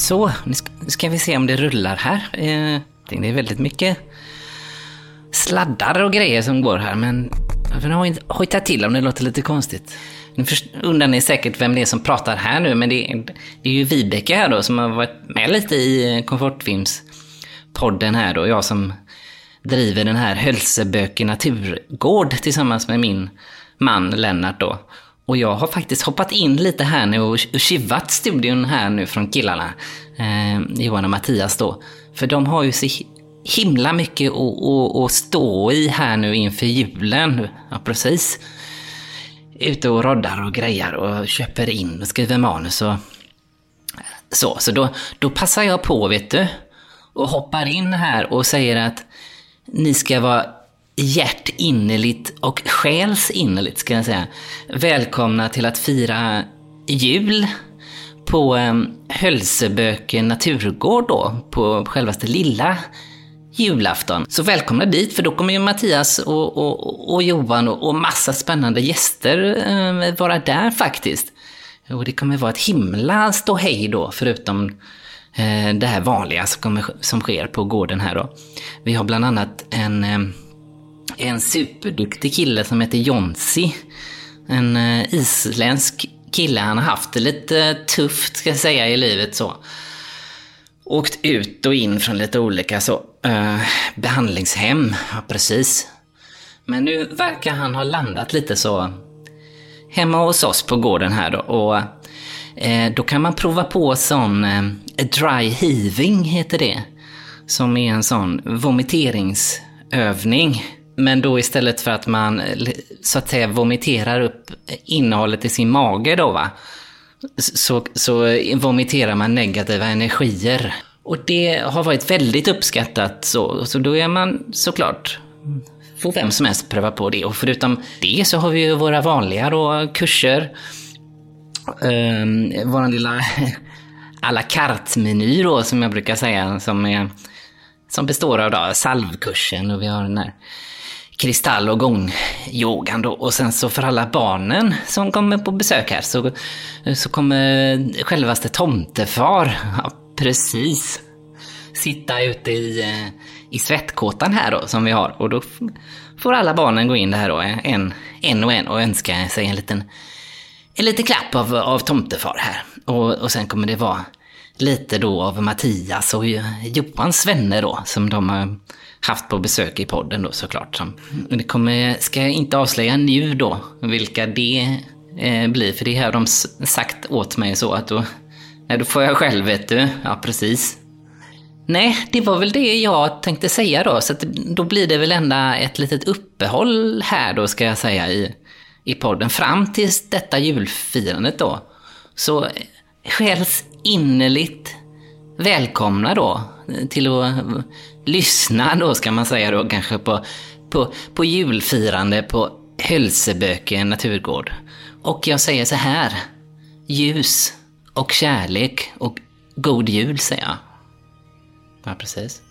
Så, nu ska vi se om det rullar här. Det är väldigt mycket sladdar och grejer som går här, men jag får hojta till om det låter lite konstigt. Nu undrar ni säkert vem det är som pratar här nu, men det är ju Vibeke här då som har varit med lite i Komfortfilms-podden här då. Jag som driver den här Hölseböke naturgård tillsammans med min man Lennart då. Och jag har faktiskt hoppat in lite här nu och kivat studion här nu från killarna, Johan och Mattias då. För de har ju så himla mycket att stå i här nu inför julen. Ja, precis. Ute och roddar och grejar och köper in och skriver manus och så då passar jag på, vet du, och hoppar in här och säger att ni ska vara hjärtinnerligt och själsinnerligt, ska jag säga, välkomna till att fira jul på Hölseböke naturgård då, på självaste lilla julafton. Så välkomna dit, för då kommer ju Mattias och Johan och massa spännande gäster vara där faktiskt. Och det kommer vara ett himla ståhej då, förutom det här vanliga som sker på gården här då. Vi har bland annat en superduktig kille som heter Jonsi. En isländsk kille. Han har haft det lite tufft, ska jag säga, i livet så. Åkt ut och in från lite olika behandlingshem. Ja, precis. Men nu verkar han ha landat lite så hemma hos oss på gården här då. Och då kan man prova på sån dry heaving heter det. Som är en sån vomiteringsövning. Men då istället för att man så att säga vomiterar upp innehållet i sin mage då, va? Så vomiterar man negativa energier. Och det har varit väldigt uppskattat så då är man såklart, får vem som helst pröva på det. Och förutom det så har vi ju våra vanliga då kurser. Vår lilla à la carte-meny då, som jag brukar säga, som består av då salvkursen, och vi har den här kristall- och gångyogan då. Och sen så för alla barnen som kommer på besök här så kommer självaste tomtefar, ja, precis, sitta ute i svettkåtan här då som vi har. Och då får alla barnen gå in där då, en och önska sig en liten klapp av tomtefar här. Och sen kommer det vara lite då av Mattias och Johans vänner då, som de har haft på besök i podden då såklart. Ska jag inte avslöja nu då vilka det blir, för det har de sagt åt mig så att då får jag själv, vet du. Ja, precis. Nej, det var väl det jag tänkte säga då, så att då blir det väl ända ett litet uppehåll här då, ska jag säga, i podden fram till detta julfirandet då. Så själs innerligt välkomna då till att lyssna då, ska man säga då, kanske på julfirande på Hölseböke naturgård. Och jag säger så här: ljus och kärlek och god jul, säger jag. Ja, precis.